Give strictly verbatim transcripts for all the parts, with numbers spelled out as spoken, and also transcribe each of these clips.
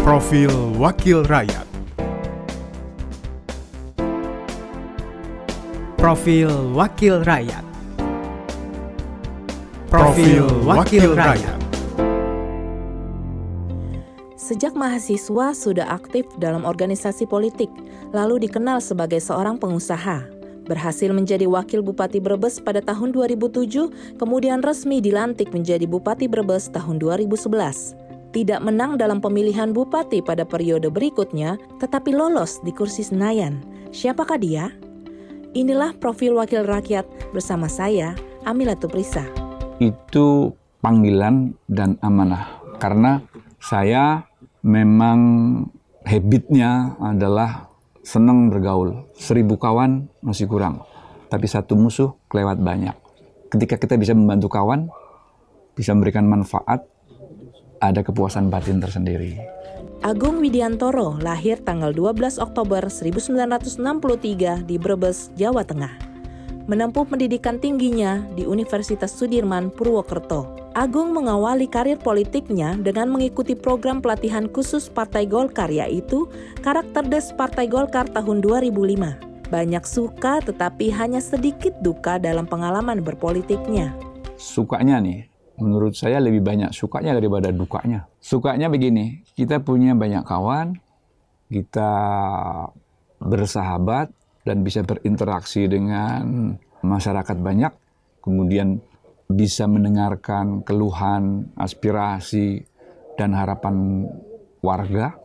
Profil Wakil Rakyat. Profil Wakil Rakyat. Profil Wakil Rakyat. Sejak mahasiswa sudah aktif dalam organisasi politik, lalu dikenal sebagai seorang pengusaha. Berhasil menjadi wakil Bupati Brebes pada tahun dua ribu tujuh, kemudian resmi dilantik menjadi Bupati Brebes tahun dua ribu sebelas. Tidak menang dalam pemilihan bupati pada periode berikutnya, tetapi lolos di kursi Senayan. Siapakah dia? Inilah Profil Wakil Rakyat bersama saya, Amilatul Prisa. Itu panggilan dan amanah. Karena saya memang habitnya adalah senang bergaul. Seribu kawan masih kurang, tapi satu musuh kelewat banyak. Ketika kita bisa membantu kawan, bisa memberikan manfaat, ada kepuasan batin tersendiri. Agung Widiantoro lahir tanggal dua belas Oktober seribu sembilan ratus enam puluh tiga di Brebes, Jawa Tengah. Menempuh pendidikan tingginya di Universitas Sudirman, Purwokerto. Agung mengawali karir politiknya dengan mengikuti program pelatihan khusus Partai Golkar, yaitu Karakter Des Partai Golkar tahun dua ribu lima. Banyak suka tetapi hanya sedikit duka dalam pengalaman berpolitiknya. Sukanya nih, menurut saya lebih banyak sukanya daripada dukanya. Sukanya begini, kita punya banyak kawan, kita bersahabat, dan bisa berinteraksi dengan masyarakat banyak, kemudian bisa mendengarkan keluhan, aspirasi, dan harapan warga.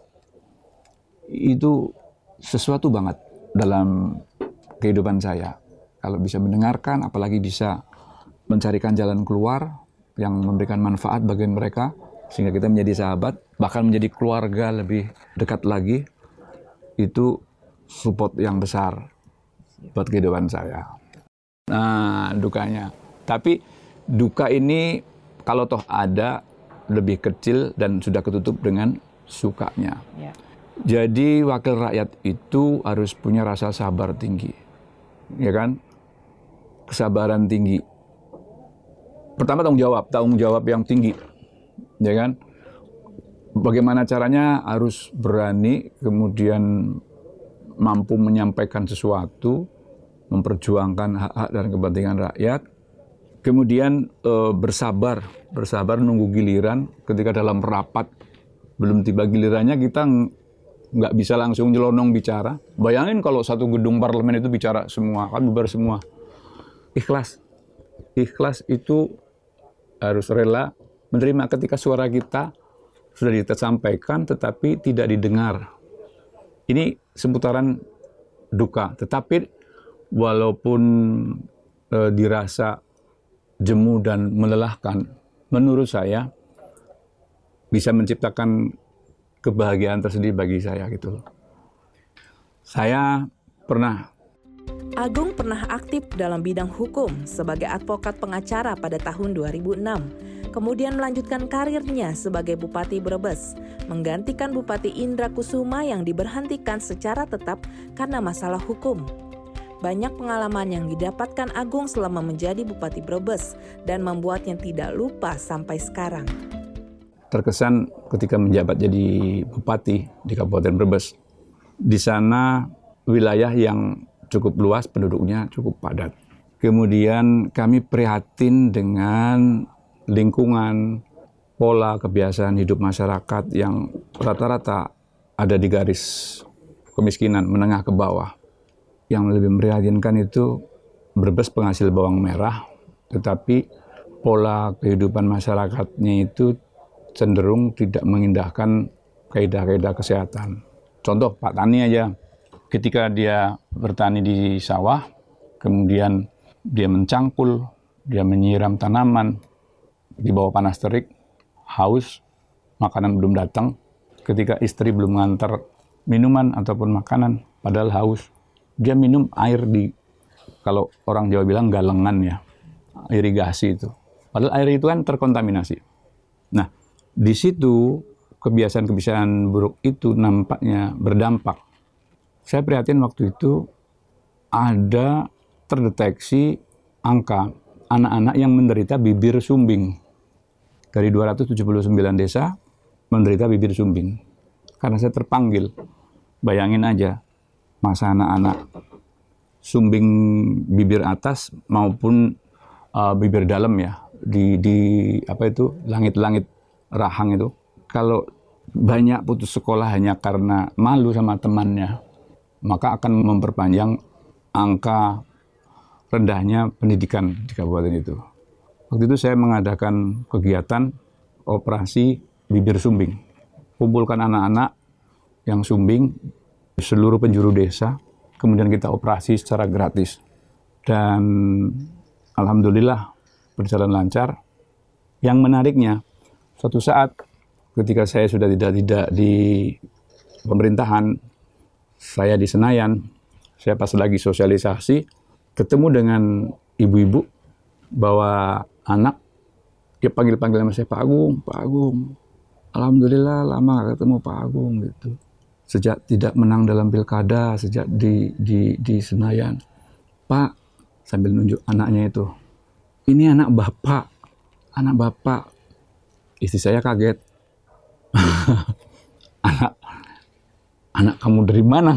Itu sesuatu banget dalam kehidupan saya. Kalau bisa mendengarkan, apalagi bisa mencarikan jalan keluar yang memberikan manfaat bagi mereka, sehingga kita menjadi sahabat, bahkan menjadi keluarga lebih dekat lagi, itu support yang besar buat kehidupan saya. Nah, dukanya. Tapi duka ini kalau toh ada, lebih kecil dan sudah ketutup dengan sukanya. Ya. Jadi wakil rakyat itu harus punya rasa sabar tinggi. Ya kan? Kesabaran tinggi. Pertama tanggung jawab, tanggung jawab yang tinggi. Ya kan? Bagaimana caranya harus berani, kemudian mampu menyampaikan sesuatu, memperjuangkan hak-hak dan kepentingan rakyat, kemudian e, bersabar, bersabar nunggu giliran. Ketika dalam rapat belum tiba gilirannya, kita nggak bisa langsung nyelonong bicara. Bayangin kalau satu gedung parlemen itu bicara semua, kan bubar semua. Ikhlas, ikhlas itu harus rela menerima ketika suara kita sudah disampaikan tetapi tidak didengar. Ini seputaran duka, tetapi walaupun e, dirasa jemu dan melelahkan, menurut saya bisa menciptakan kebahagiaan tersendiri bagi saya gitu. Saya pernah Agung pernah aktif dalam bidang hukum sebagai advokat pengacara pada tahun dua ribu enam. Kemudian melanjutkan karirnya sebagai Bupati Brebes, menggantikan Bupati Indra Kusuma yang diberhentikan secara tetap karena masalah hukum. Banyak pengalaman yang didapatkan Agung selama menjadi Bupati Brebes dan membuatnya tidak lupa sampai sekarang. Terkesan ketika menjabat jadi Bupati di Kabupaten Brebes, di sana wilayah yang cukup luas, penduduknya cukup padat. Kemudian kami prihatin dengan lingkungan, pola kebiasaan hidup masyarakat yang rata-rata ada di garis kemiskinan menengah ke bawah. Yang lebih memprihatinkan itu Brebes penghasil bawang merah, tetapi pola kehidupan masyarakatnya itu cenderung tidak mengindahkan kaidah-kaidah kesehatan. Contoh Pak Tani aja, ketika dia bertani di sawah, kemudian dia mencangkul, dia menyiram tanaman, di bawah panas terik, haus, makanan belum datang, ketika istri belum mengantar minuman ataupun makanan, padahal haus, dia minum air di, kalau orang Jawa bilang galengan ya, irigasi itu. Padahal air itu kan terkontaminasi. Nah, di situ kebiasaan-kebiasaan buruk itu nampaknya berdampak. Saya prihatin waktu itu ada terdeteksi angka anak-anak yang menderita bibir sumbing. Dari dua ratus tujuh puluh sembilan desa menderita bibir sumbing. karena saya terpanggil. Bayangin aja, masa anak-anak sumbing bibir atas maupun uh, bibir dalam ya, di, di apa itu langit-langit rahang itu. Kalau banyak putus sekolah hanya karena malu sama temannya, maka akan memperpanjang angka rendahnya pendidikan di kabupaten itu. Waktu itu saya mengadakan kegiatan operasi bibir sumbing. Kumpulkan anak-anak yang sumbing di seluruh penjuru desa, kemudian kita operasi secara gratis. Dan alhamdulillah berjalan lancar. Yang menariknya, suatu saat ketika saya sudah tidak tidak di pemerintahan, saya di Senayan, saya pas lagi sosialisasi, ketemu dengan ibu-ibu bawa anak, dia panggil-panggil sama saya, Pak Agung, Pak Agung. Alhamdulillah lama ketemu Pak Agung gitu. Sejak tidak menang dalam pilkada, sejak di di di Senayan. Pak, sambil nunjuk anaknya itu. Ini anak Bapak, anak Bapak. Istri saya kaget. anak anak kamu dari mana?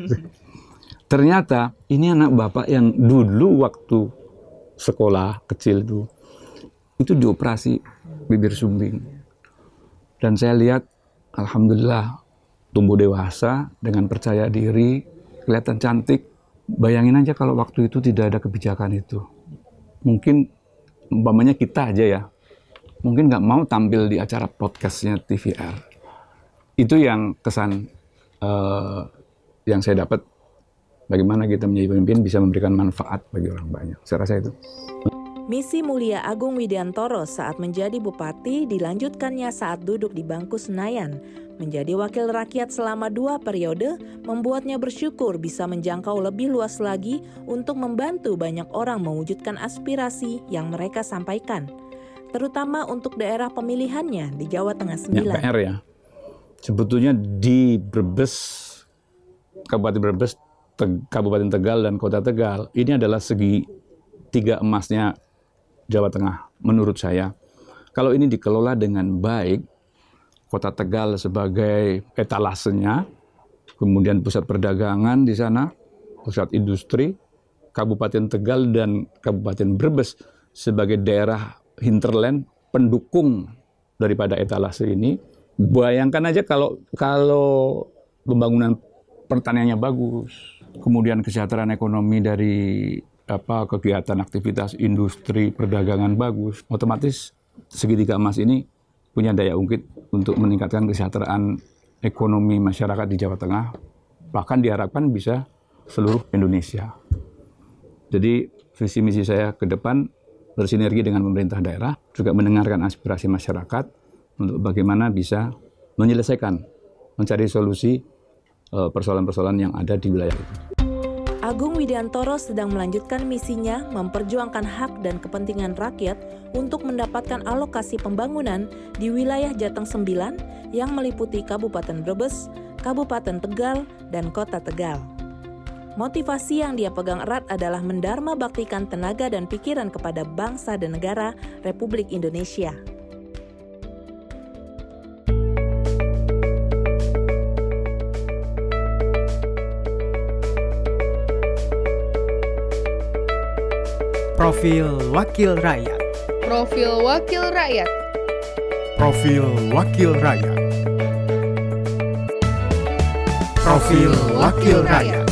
Ternyata ini anak Bapak yang dulu waktu sekolah kecil itu itu dioperasi bibir sumbing. Dan saya lihat, alhamdulillah, tumbuh dewasa dengan percaya diri, kelihatan cantik. Bayangin aja kalau waktu itu tidak ada kebijakan itu. Mungkin, umpamanya kita aja ya, mungkin nggak mau tampil di acara podcastnya T V R. Itu yang kesan uh, yang saya dapat. Bagaimana kita menjadi pemimpin bisa memberikan manfaat bagi orang banyak. Saya rasa itu. Misi mulia Agung Widiantoro saat menjadi bupati dilanjutkannya saat duduk di bangku Senayan. Menjadi wakil rakyat selama dua periode membuatnya bersyukur bisa menjangkau lebih luas lagi untuk membantu banyak orang mewujudkan aspirasi yang mereka sampaikan. Terutama untuk daerah pemilihannya di Jawa Tengah sembilan. Ya, P R ya. Sebetulnya di Brebes, Kabupaten Brebes, Te- Kabupaten Tegal dan Kota Tegal, ini adalah segi tiga emasnya Jawa Tengah, menurut saya. Kalau ini dikelola dengan baik, Kota Tegal sebagai etalasenya, kemudian pusat perdagangan di sana, pusat industri, Kabupaten Tegal dan Kabupaten Brebes sebagai daerah hinterland pendukung daripada etalase ini. Bayangkan aja kalau kalau pembangunan pertaniannya bagus, kemudian kesejahteraan ekonomi dari apa kegiatan aktivitas industri perdagangan bagus, otomatis segitiga emas ini punya daya ungkit untuk meningkatkan kesejahteraan ekonomi masyarakat di Jawa Tengah, bahkan diharapkan bisa seluruh Indonesia. Jadi visi misi saya ke depan bersinergi dengan pemerintah daerah, juga mendengarkan aspirasi masyarakat untuk bagaimana bisa menyelesaikan, mencari solusi uh, persoalan-persoalan yang ada di wilayah itu. Agung Widiantoro sedang melanjutkan misinya memperjuangkan hak dan kepentingan rakyat untuk mendapatkan alokasi pembangunan di wilayah Jateng sembilan yang meliputi Kabupaten Brebes, Kabupaten Tegal, dan Kota Tegal. Motivasi yang dia pegang erat adalah mendharma baktikan tenaga dan pikiran kepada bangsa dan negara Republik Indonesia. Profil Wakil Rakyat. Profil Wakil Rakyat. Profil Wakil Rakyat. Profil Wakil Rakyat.